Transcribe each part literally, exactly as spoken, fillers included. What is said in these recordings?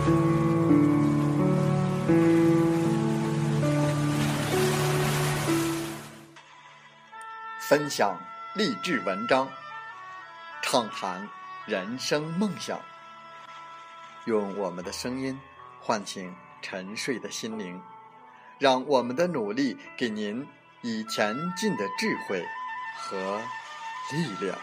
分享励志文章，畅谈人生梦想，用我们的声音唤醒沉睡的心灵，让我们的努力给您以前进的智慧和力量。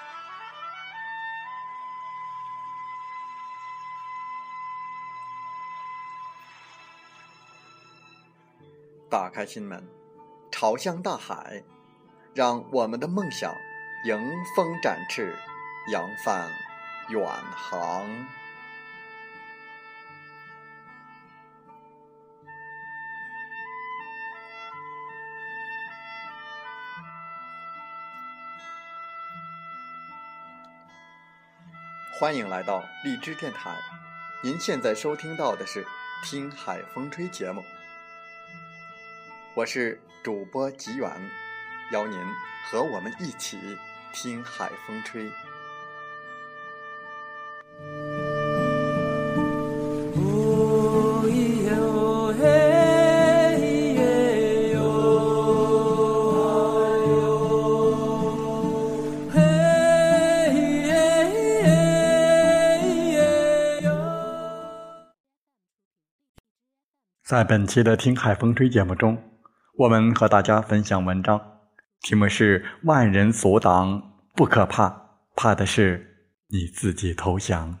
打开心门，朝向大海，让我们的梦想迎风展翅，扬帆远航。欢迎来到荔枝电台，您现在收听到的是听海风吹节目，我是主播吉远，邀您和我们一起听海风吹。在本期的听海风吹节目中，我们和大家分享文章，题目是万人阻挡不可怕，怕的是你自己投降。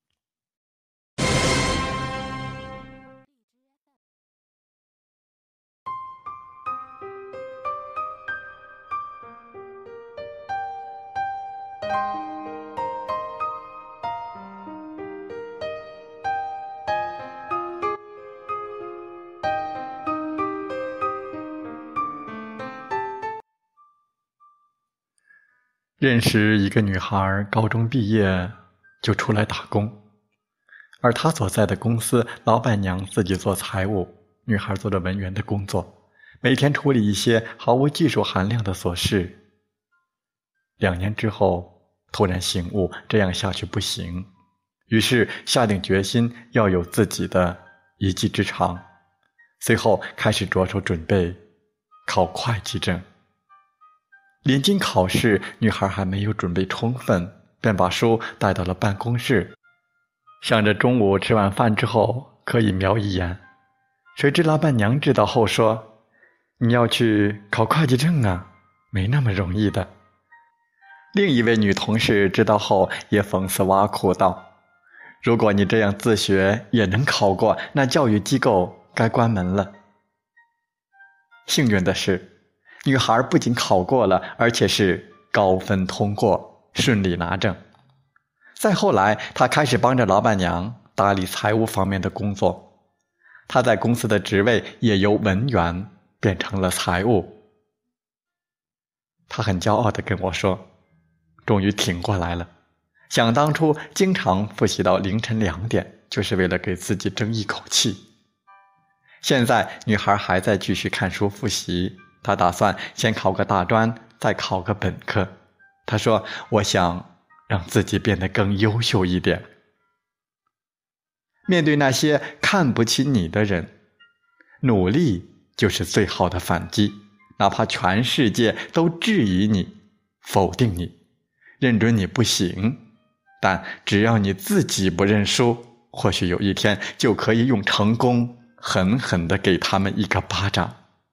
认识一个女孩，高中毕业就出来打工，而她所在的公司老板娘自己做财务，女孩做着文员的工作，每天处理一些毫无技术含量的琐事。两年之后，突然醒悟，这样下去不行，于是下定决心要有自己的一技之长，随后开始着手准备考会计证。临近考试，女孩还没有准备充分，便把书带到了办公室，想着中午吃完饭之后可以瞄一眼。谁知老板娘知道后说：“你要去考会计证啊，没那么容易的。”另一位女同事知道后也讽刺挖苦道：“如果你这样自学也能考过，那教育机构该关门了。”幸运的是，女孩不仅考过了，而且是高分通过，顺利拿证。再后来，她开始帮着老板娘打理财务方面的工作，她在公司的职位也由文员变成了财务。她很骄傲地跟我说，终于挺过来了，想当初经常复习到凌晨两点，就是为了给自己争一口气。现在女孩还在继续看书复习，他打算先考个大专，再考个本科。他说，我想让自己变得更优秀一点。面对那些看不起你的人，努力就是最好的反击，哪怕全世界都质疑你，否定你，认准你不行，但只要你自己不认输，或许有一天就可以用成功狠狠地给他们一个巴掌。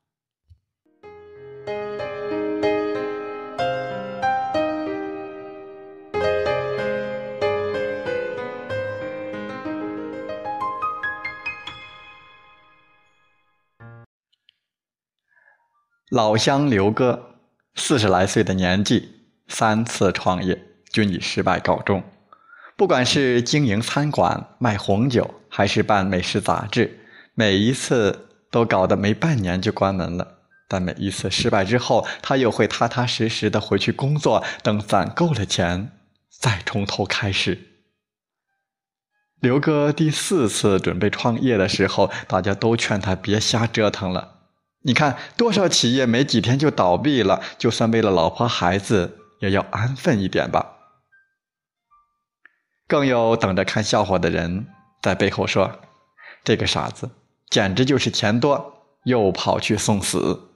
老乡刘哥，四十来岁的年纪，三次创业均以失败告终。不管是经营餐馆、卖红酒，还是办美食杂志，每一次都搞得没半年就关门了。但每一次失败之后，他又会踏踏实实的回去工作，等攒够了钱，再从头开始。刘哥第四次准备创业的时候，大家都劝他别瞎折腾了。你看多少企业没几天就倒闭了，就算为了老婆孩子，也要安分一点吧。更有等着看笑话的人， 在背后说：“这个傻子简直就是钱多，又跑去送死。”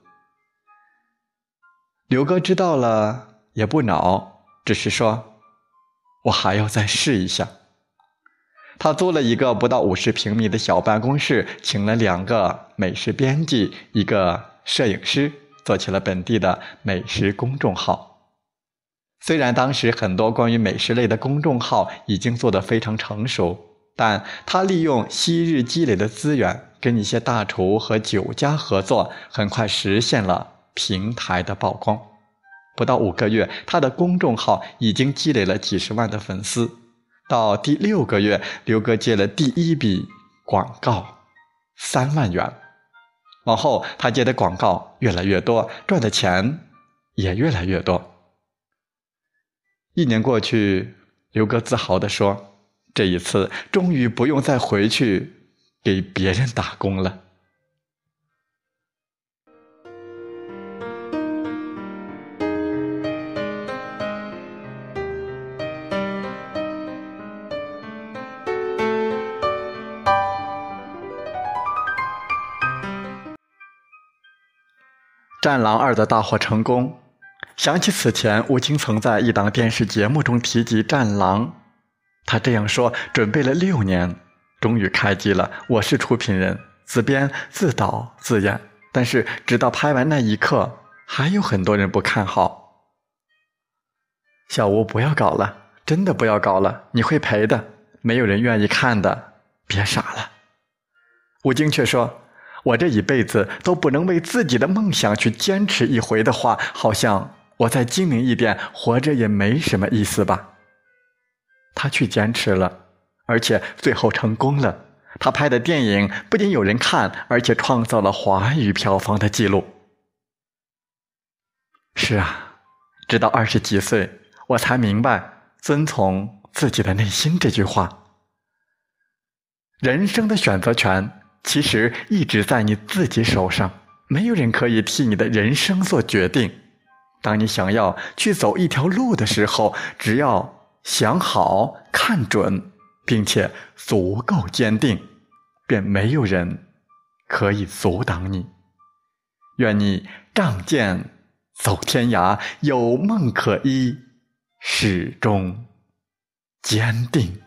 刘哥知道了也不恼，只是说：“我还要再试一下。”他租了一个不到五十平米的小办公室，请了两个美食编辑，一个摄影师，做起了本地的美食公众号。虽然当时很多关于美食类的公众号已经做得非常成熟，但他利用昔日积累的资源，跟一些大厨和酒家合作，很快实现了平台的曝光。不到五个月，他的公众号已经积累了几十万的粉丝。到第六个月，刘哥接了第一笔广告，三万元。往后他接的广告越来越多，赚的钱也越来越多。一年过去，刘哥自豪地说：“这一次终于不用再回去给别人打工了。”《战狼二》的大获成功，想起此前吴京曾在一档电视节目中提及《战狼》，他这样说：“准备了六年，终于开机了。我是出品人，自编自导自演，但是直到拍完那一刻，还有很多人不看好。小吴，不要搞了，真的不要搞了，你会赔的，没有人愿意看的，别傻了。”吴京却说：“我这一辈子都不能为自己的梦想去坚持一回的话，好像我再精明一点，活着也没什么意思吧。”他去坚持了，而且最后成功了。他拍的电影不仅有人看，而且创造了华语票房的记录。是啊，直到二十几岁，我才明白遵从自己的内心这句话。人生的选择权其实一直在你自己手上，没有人可以替你的人生做决定。当你想要去走一条路的时候，只要想好、看准，并且足够坚定，便没有人可以阻挡你。愿你仗剑走天涯，有梦可依，始终坚定。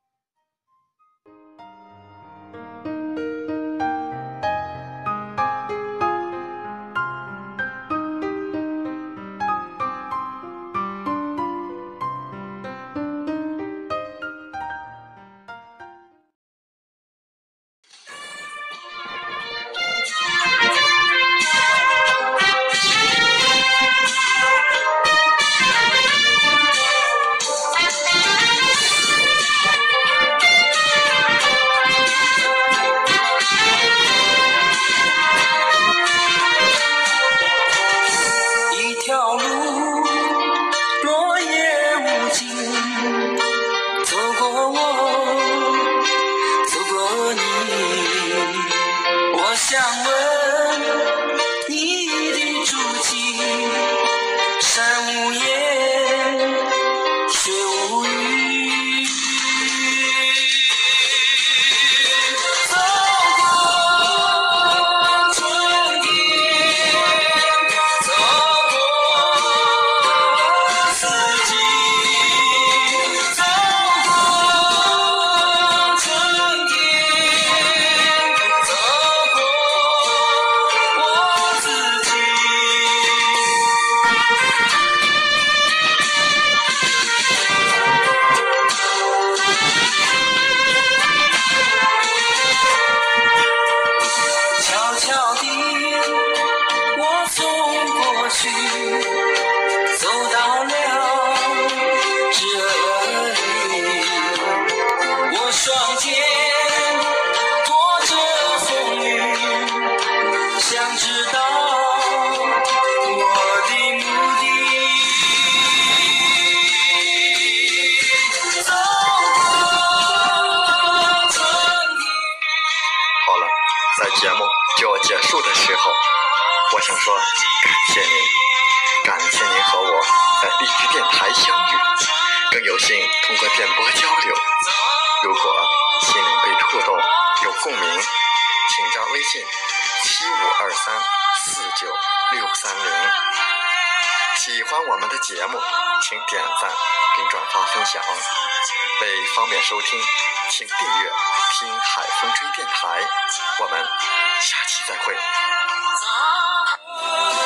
想问你的足迹，山无言，水无语。走过春天，走过四季，走过春天，走过我自己。悄悄地，我从过去走到了这里，我双肩托着风雨，想知道我的目的。走过春天。 好了，在节目就要结束的时候，我想说感谢您，感谢您和我在荔枝电台相遇，更有幸通过电波交流。如果心灵被五二三四九六三零。喜欢我们的节目，请点赞并转发分享。为方便收听，请订阅听海风吹电台。我们下期再会。